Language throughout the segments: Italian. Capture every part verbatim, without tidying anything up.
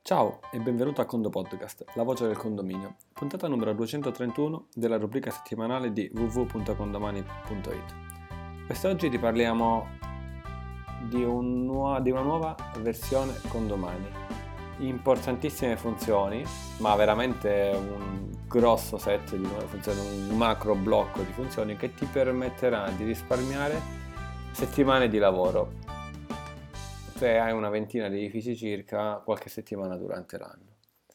Ciao e benvenuto a Condo Podcast, la voce del condominio, puntata numero duecentotrentuno della rubrica settimanale di w w w punto condomani punto it. Quest'oggi ti parliamo di, un nuova, di una nuova versione Condomani. Importantissime funzioni, ma veramente un grosso set di nuove funzioni, un macro blocco di funzioni che ti permetterà di risparmiare settimane di lavoro. Se hai una ventina di edifici circa, qualche settimana durante l'anno.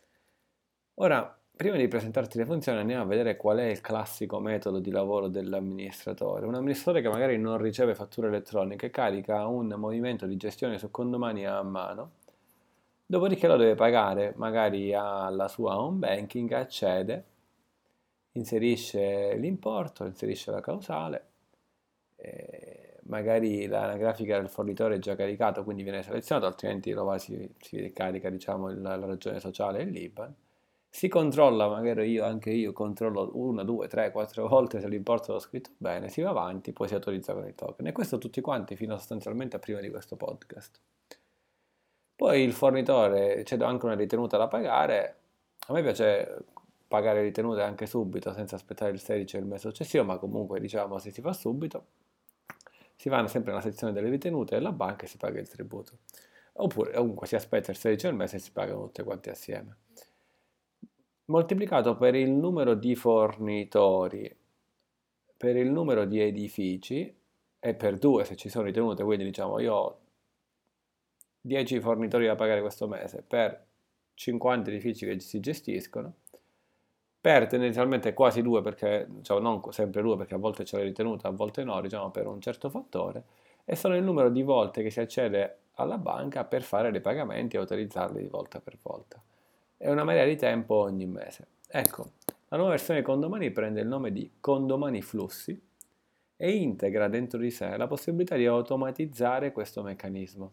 Ora, prima di presentarti le funzioni, andiamo a vedere qual è il classico metodo di lavoro dell'amministratore. Un amministratore che magari non riceve fatture elettroniche carica un movimento di gestione su Condomani a mano, dopodiché lo deve pagare magari alla sua home banking, accede, inserisce l'importo, inserisce la causale, e magari l'anagrafica del fornitore è già caricato, quindi viene selezionato, altrimenti lo va, si, si carica diciamo il, la ragione sociale e l'I B A N. Si controlla, magari io, anche io controllo una, due, tre, quattro volte se l'importo l'ho scritto bene, si va avanti, poi si autorizza con il token. E questo tutti quanti fino sostanzialmente a prima di questo podcast. Poi il fornitore c'è anche una ritenuta da pagare. A me piace pagare ritenute anche subito senza aspettare il sedici e il mese successivo, ma comunque diciamo se si fa subito si va sempre nella sezione delle ritenute della banca e si paga il tributo. Oppure comunque si aspetta il sedici del mese e si pagano tutte quante assieme. Moltiplicato per il numero di fornitori, per il numero di edifici e per due se ci sono ritenute, quindi diciamo io ho dieci fornitori da pagare questo mese per cinquanta edifici che si gestiscono, per tendenzialmente quasi due, perché diciamo, non sempre due, perché a volte c'è la ritenuta, a volte no, diciamo per un certo fattore, e sono il numero di volte che si accede alla banca per fare dei pagamenti e autorizzarli di volta per volta. È una marea di tempo ogni mese. Ecco, la nuova versione di Condomani prende il nome di Condomani Flussi e integra dentro di sé la possibilità di automatizzare questo meccanismo.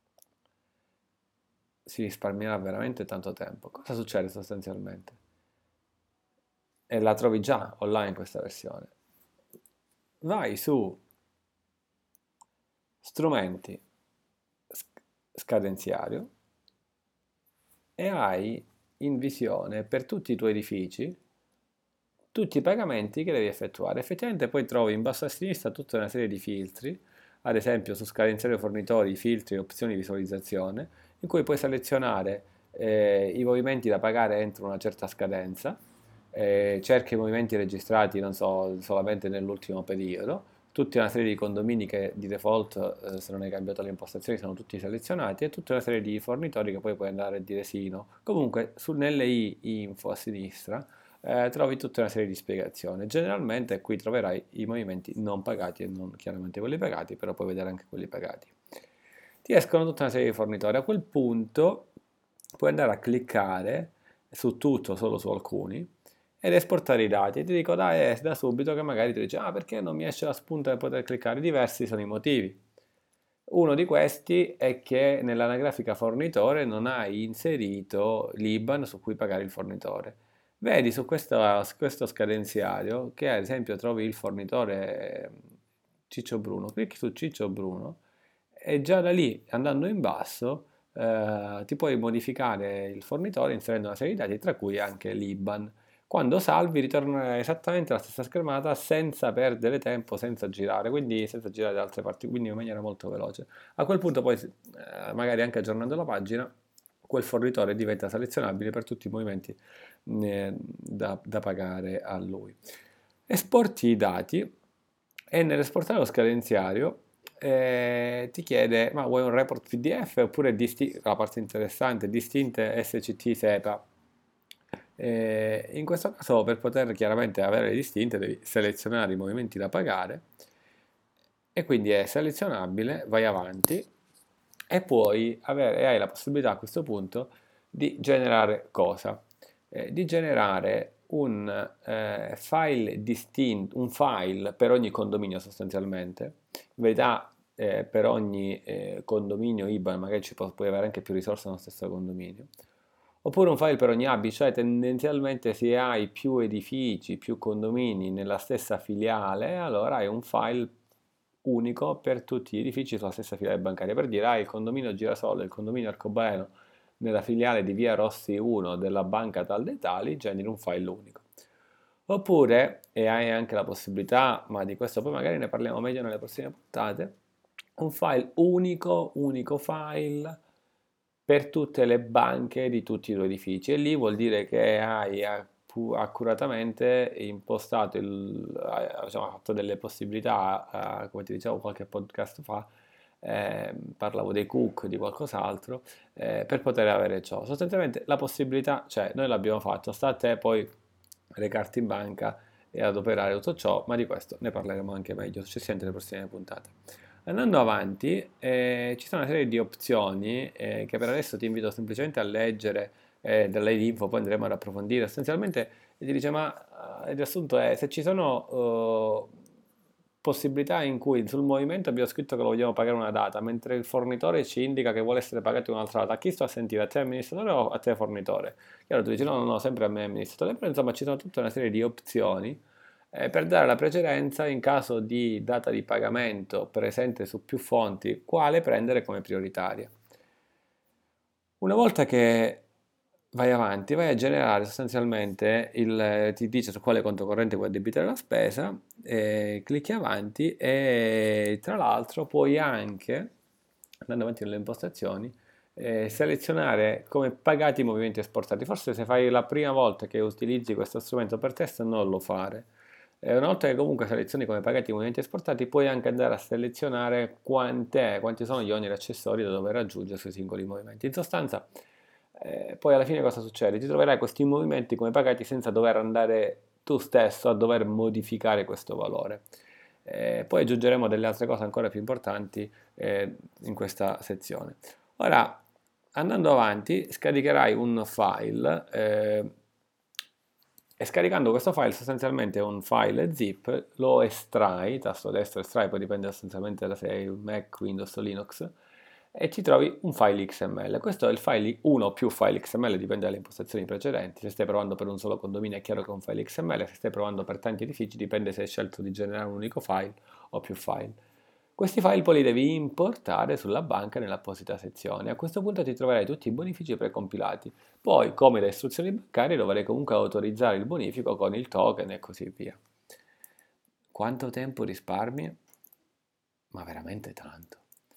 Si risparmierà veramente tanto tempo. Cosa succede sostanzialmente? E la trovi già online questa versione. Vai su strumenti scadenziario e hai in visione per tutti i tuoi edifici tutti i pagamenti che devi effettuare. Effettivamente poi trovi in basso a sinistra tutta una serie di filtri, ad esempio su scadenziario fornitori, filtri e opzioni di visualizzazione, in cui puoi selezionare eh, i movimenti da pagare entro una certa scadenza. Eh, cerca i movimenti registrati, non so, solamente nell'ultimo periodo, tutta una serie di condomini che di default, eh, se non hai cambiato le impostazioni, sono tutti selezionati, e tutta una serie di fornitori che poi puoi andare a dire sì, no. Comunque, su, nelle i info a sinistra, eh, trovi tutta una serie di spiegazioni. Generalmente qui troverai i movimenti non pagati e non chiaramente quelli pagati, però puoi vedere anche quelli pagati. Ti escono tutta una serie di fornitori. A quel punto puoi andare a cliccare su tutto, solo su alcuni, ed esportare i dati. E ti dico da, da subito che magari ti dice ah perché non mi esce la spunta per poter cliccare. Diversi sono i motivi. Uno di questi è che nell'anagrafica fornitore non hai inserito l'I B A N su cui pagare il fornitore. Vedi su questo, questo scadenziario che ad esempio trovi il fornitore Ciccio Bruno, clicchi su Ciccio Bruno e già da lì andando in basso eh, ti puoi modificare il fornitore inserendo una serie di dati tra cui anche l'I B A N. Quando salvi ritorna esattamente la stessa schermata senza perdere tempo, senza girare, quindi senza girare da altre parti, quindi in maniera molto veloce. A quel punto poi, eh, magari anche aggiornando la pagina, quel fornitore diventa selezionabile per tutti i movimenti eh, da, da pagare a lui. Esporti i dati e nell'esportare lo scadenziario eh, ti chiede ma vuoi un report P D F oppure disti- la parte interessante, distinte S C T SEPA. Eh, in questo caso per poter chiaramente avere le distinte devi selezionare i movimenti da pagare e quindi è selezionabile, vai avanti e puoi avere, e hai la possibilità a questo punto di generare cosa? Eh, di generare un eh, file distinto, un file per ogni condominio sostanzialmente. In verità eh, per ogni eh, condominio I B A N magari ci puoi avere anche più risorse nello stesso condominio. Oppure un file per ogni abito, cioè tendenzialmente se hai più edifici, più condomini nella stessa filiale, allora hai un file unico per tutti gli edifici sulla stessa filiale bancaria. Per dire, hai il condominio Girasole, il condominio Arcobaleno, nella filiale di via Rossi uno della banca tal dei tali, generi un file unico. Oppure, e hai anche la possibilità, ma di questo poi magari ne parliamo meglio nelle prossime puntate, un file unico, unico file per tutte le banche di tutti i tuoi edifici, e lì vuol dire che hai accuratamente impostato, il, diciamo, fatto delle possibilità, come ti dicevo qualche podcast fa, eh, parlavo dei cook, di qualcos'altro, eh, per poter avere ciò. Sostanzialmente la possibilità c'è, noi l'abbiamo fatto, sta a te poi recarti in banca e adoperare tutto ciò, ma di questo ne parleremo anche meglio successivamente nelle prossime puntate. Andando avanti, eh, ci sono una serie di opzioni eh, che per adesso ti invito semplicemente a leggere eh, dalle info, poi andremo ad approfondire. Essenzialmente ti dice, ma eh, il riassunto è, se ci sono eh, possibilità in cui sul movimento abbiamo scritto che lo vogliamo pagare una data, mentre il fornitore ci indica che vuole essere pagato un'altra data, a chi sto a sentire? A te amministratore o a te fornitore? E allora tu dici, no, no, no, sempre a me amministratore, però insomma ci sono tutta una serie di opzioni eh, per dare la precedenza in caso di data di pagamento presente su più fonti, quale prendere come prioritaria. Una volta che vai avanti, vai a generare sostanzialmente il, ti dice su quale conto corrente vuoi addebitare la spesa, eh, clicchi avanti e tra l'altro puoi anche, andando avanti nelle impostazioni, eh, selezionare come pagati i movimenti esportati. Forse se fai la prima volta che utilizzi questo strumento per test non lo fare. E una volta che comunque selezioni come pagati i movimenti esportati, puoi anche andare a selezionare quant'è, quanti sono gli oneri accessori da dover aggiungere sui singoli movimenti. In sostanza, eh, poi alla fine cosa succede? Ti troverai questi movimenti come pagati senza dover andare tu stesso a dover modificare questo valore. Eh, poi aggiungeremo delle altre cose ancora più importanti eh, in questa sezione. Ora, andando avanti, scaricherai un file eh, e scaricando questo file, sostanzialmente è un file zip, lo estrai, tasto destro estrai, poi dipende sostanzialmente da se hai un Mac, Windows o Linux, e ci trovi un file X M L. Questo è il file uno o più file X M L, dipende dalle impostazioni precedenti. Se stai provando per un solo condominio è chiaro che è un file X M L, se stai provando per tanti edifici dipende se hai scelto di generare un unico file o più file. Questi file poi li devi importare sulla banca nell'apposita sezione. A questo punto ti troverai tutti i bonifici precompilati. Poi, come le istruzioni bancarie, dovrai comunque autorizzare il bonifico con il token e così via. Quanto tempo risparmi? Ma veramente tanto.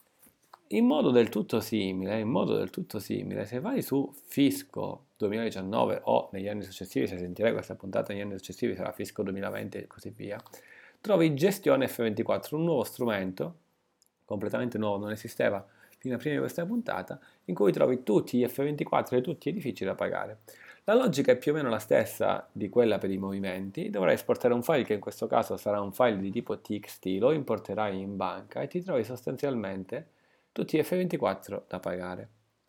In modo del tutto simile, in modo del tutto simile, se vai su Fisco duemiladiciannove o negli anni successivi, se sentirai questa puntata negli anni successivi sarà Fisco duemilaventi e così via, trovi Gestione F ventiquattro, un nuovo strumento, completamente nuovo, non esisteva fino a prima di questa puntata, in cui trovi tutti gli F ventiquattro e tutti gli edifici da pagare. La logica è più o meno la stessa di quella per i movimenti, dovrai esportare un file che in questo caso sarà un file di tipo T X T, lo importerai in banca e ti trovi sostanzialmente tutti gli F ventiquattro da pagare.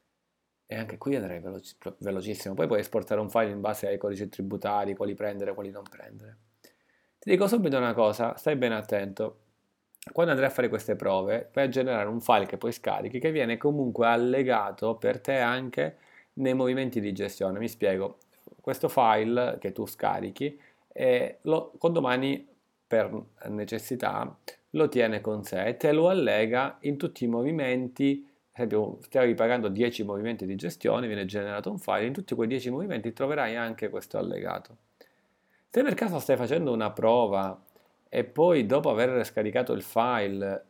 E anche qui andrei veloci- velocissimo, poi puoi esportare un file in base ai codici tributari, quali prendere, quali non prendere. Ti dico subito una cosa, stai ben attento. Quando andrai a fare queste prove, vai a generare un file che poi scarichi, che viene comunque allegato per te anche nei movimenti di gestione. Mi spiego, questo file che tu scarichi, eh, lo, condomani per necessità lo tiene con sé e te lo allega in tutti i movimenti. Per esempio, stavi pagando dieci movimenti di gestione, viene generato un file, in tutti quei dieci movimenti troverai anche questo allegato. Se per caso stai facendo una prova e poi dopo aver scaricato il file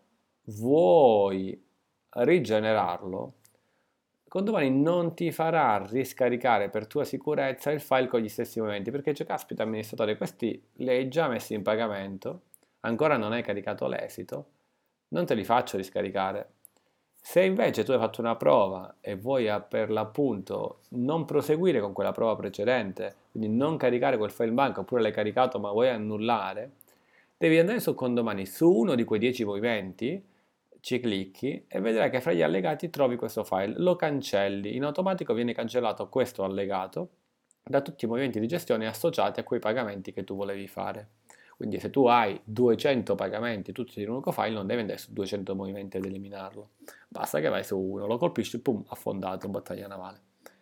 vuoi rigenerarlo, condomani non ti farà riscaricare per tua sicurezza il file con gli stessi movimenti, perché cioè, caspita amministratore, questi li hai già messi in pagamento, ancora non hai caricato l'esito, non te li faccio riscaricare. Se invece tu hai fatto una prova e vuoi a- per l'appunto non proseguire con quella prova precedente, quindi non caricare quel file in banca oppure l'hai caricato ma vuoi annullare, devi andare su condomani su uno di quei dieci movimenti, ci clicchi e vedrai che fra gli allegati trovi questo file, lo cancelli, in automatico viene cancellato questo allegato da tutti i movimenti di gestione associati a quei pagamenti che tu volevi fare. Quindi se tu hai duecento pagamenti tutti in un unico file, non devi andare su duecento movimenti ad eliminarlo. Basta che vai su uno, lo colpisci, pum, affondato, battaglia navale.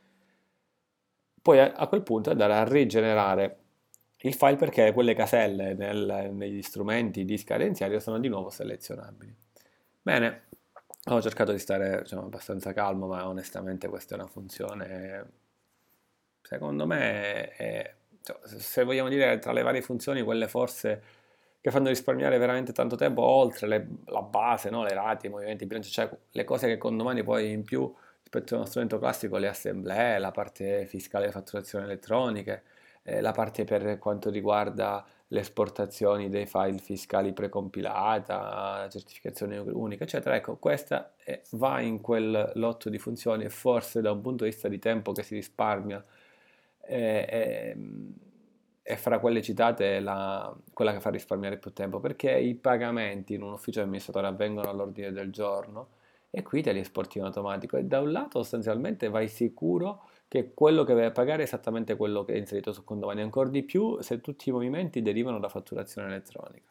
Poi a, a quel punto andare a rigenerare il file perché quelle caselle nel, negli strumenti di scadenziario sono di nuovo selezionabili. Bene, Ho cercato di stare, diciamo, abbastanza calmo, ma onestamente questa è una funzione, secondo me, è- cioè, se vogliamo dire tra le varie funzioni, quelle forse che fanno risparmiare veramente tanto tempo, oltre le- la base, no? Le rate, i movimenti di bilancio, cioè le cose che con domani poi in più rispetto a uno strumento classico, le assemblee, la parte fiscale e fatturazione elettroniche, eh, la parte per quanto riguarda le esportazioni dei file fiscali precompilata, certificazione unica, eccetera. Ecco, questa è- va in quel lotto di funzioni e forse da un punto di vista di tempo che si risparmia è, è- è fra quelle citate la- quella che fa risparmiare più tempo, perché i pagamenti in un ufficio amministratore avvengono all'ordine del giorno e qui te li esporti in automatico e da un lato sostanzialmente vai sicuro che quello che vai a pagare è esattamente quello che è inserito sul condomani, ancora di più se tutti i movimenti derivano da fatturazione elettronica.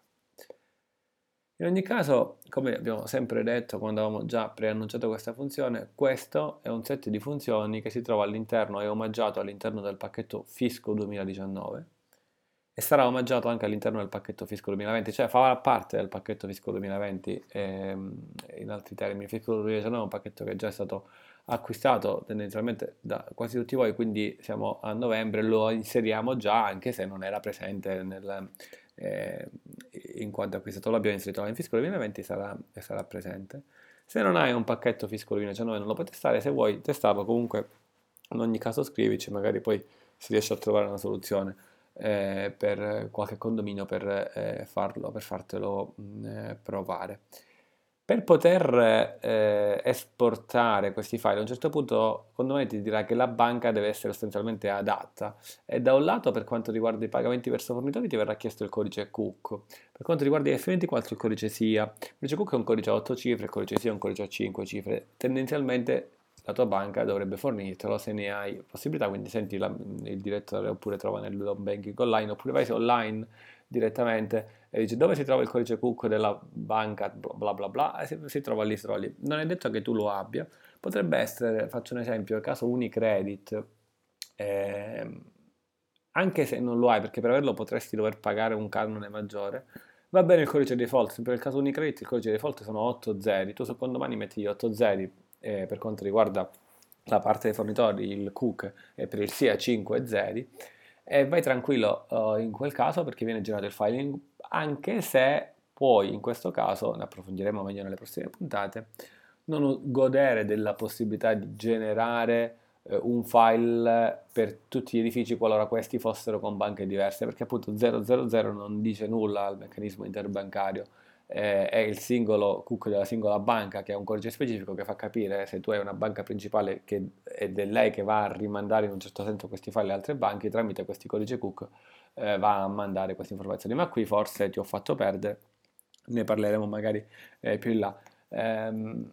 In ogni caso, come abbiamo sempre detto quando avevamo già preannunciato questa funzione, questo è un set di funzioni che si trova all'interno, è omaggiato all'interno del pacchetto Fisco duemiladiciannove e sarà omaggiato anche all'interno del pacchetto Fisco duemilaventi, cioè farà parte del pacchetto Fisco duemilaventi, ehm, in altri termini. Fisco duemiladiciannove è un pacchetto che è già stato acquistato tendenzialmente da quasi tutti voi, quindi siamo a novembre, lo inseriamo già, anche se non era presente nel, eh, in quanto acquistato l'abbiamo inserito in Fisco duemilaventi sarà, sarà presente. Se non hai un pacchetto Fisco duemiladiciannove non lo puoi testare, se vuoi testarlo comunque in ogni caso scrivici, magari poi si riesce a trovare una soluzione eh, per qualche condominio per eh, farlo, per fartelo mh, eh, provare. Per poter eh, esportare questi file, a un certo punto, secondo me ti dirà che la banca deve essere sostanzialmente adatta. E da un lato, per quanto riguarda i pagamenti verso fornitori, ti verrà chiesto il codice COOC. Per quanto riguarda i F ventiquattro, il codice S I A. Il codice COOC è un codice a otto cifre, il codice S I A è un codice a cinque cifre. Tendenzialmente la tua banca dovrebbe fornirtelo se ne hai possibilità, quindi senti la- il direttore oppure trova nell'home banking online, oppure vai online direttamente e dice dove si trova il codice COOC della banca, bla bla bla, e si, si trova lì, si trova lì. Non è detto che tu lo abbia, potrebbe essere, faccio un esempio, il caso Unicredit, ehm, anche se non lo hai, perché per averlo potresti dover pagare un canone maggiore, va bene il codice default, sempre nel caso Unicredit il codice default sono otto zeri, tu su condomani metti gli otto zeri eh, per quanto riguarda la parte dei fornitori, il COOC e per il S I A cinque zeri, e vai tranquillo uh, in quel caso perché viene generato il file, anche se poi in questo caso, ne approfondiremo meglio nelle prossime puntate, non godere della possibilità di generare eh, un file per tutti gli edifici qualora questi fossero con banche diverse, perché appunto zero zero zero non dice nulla al meccanismo interbancario, eh, è il singolo COOC della singola banca che ha un codice specifico che fa capire se tu hai una banca principale che, ed è lei che va a rimandare in un certo senso questi file alle altre banche, tramite questi codici COOC eh, va a mandare queste informazioni. Ma qui forse ti ho fatto perdere, ne parleremo magari eh, più in là. Ehm,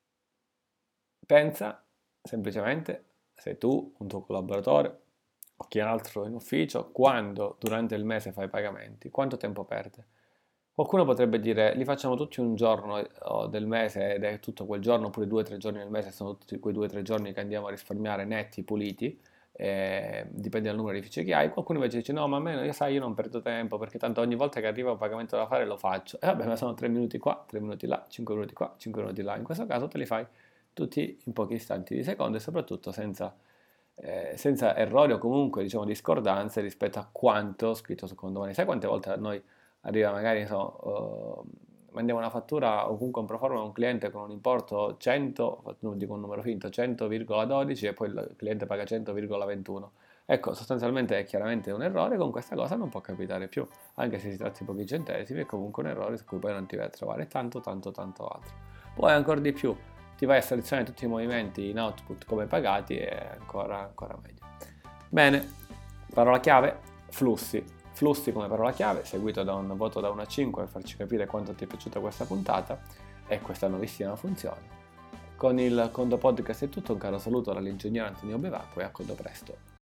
Pensa semplicemente se tu, un tuo collaboratore o chi altro in ufficio, quando durante il mese fai i pagamenti, quanto tempo perde? Qualcuno potrebbe dire li facciamo tutti un giorno eh, del mese ed è tutto quel giorno, oppure due o tre giorni del mese, sono tutti quei due o tre giorni che andiamo a risparmiare netti, puliti, eh, dipende dal numero di uffici che hai. Qualcuno invece dice no, ma a me, io, sai, io non perdo tempo perché tanto ogni volta che arriva un pagamento da fare lo faccio. E vabbè, ma sono tre minuti qua, tre minuti là, cinque minuti qua, cinque minuti là. In questo caso te li fai tutti in pochi istanti di secondo e soprattutto senza, eh, senza errori o comunque diciamo discordanze rispetto a quanto scritto su condomani. Sai quante volte a noi arriva magari, so, eh, mandiamo una fattura o comunque un proforma a un cliente con un importo cento, non dico un numero finto, cento virgola dodici e poi il cliente paga cento virgola ventuno. Ecco, sostanzialmente è chiaramente un errore, con questa cosa non può capitare più, anche se si tratta di pochi centesimi, è comunque un errore su cui poi non ti vai a trovare tanto, tanto, tanto altro. Poi ancora di più, ti vai a selezionare tutti i movimenti in output come pagati e ancora, ancora meglio. Bene, parola chiave, flussi. Flussi come parola chiave, seguito da un voto da uno a cinque per farci capire quanto ti è piaciuta questa puntata e questa nuovissima funzione. Con il Condo Podcast è tutto, un caro saluto dall'ingegnere Antonio Bevacqua e a Condo presto.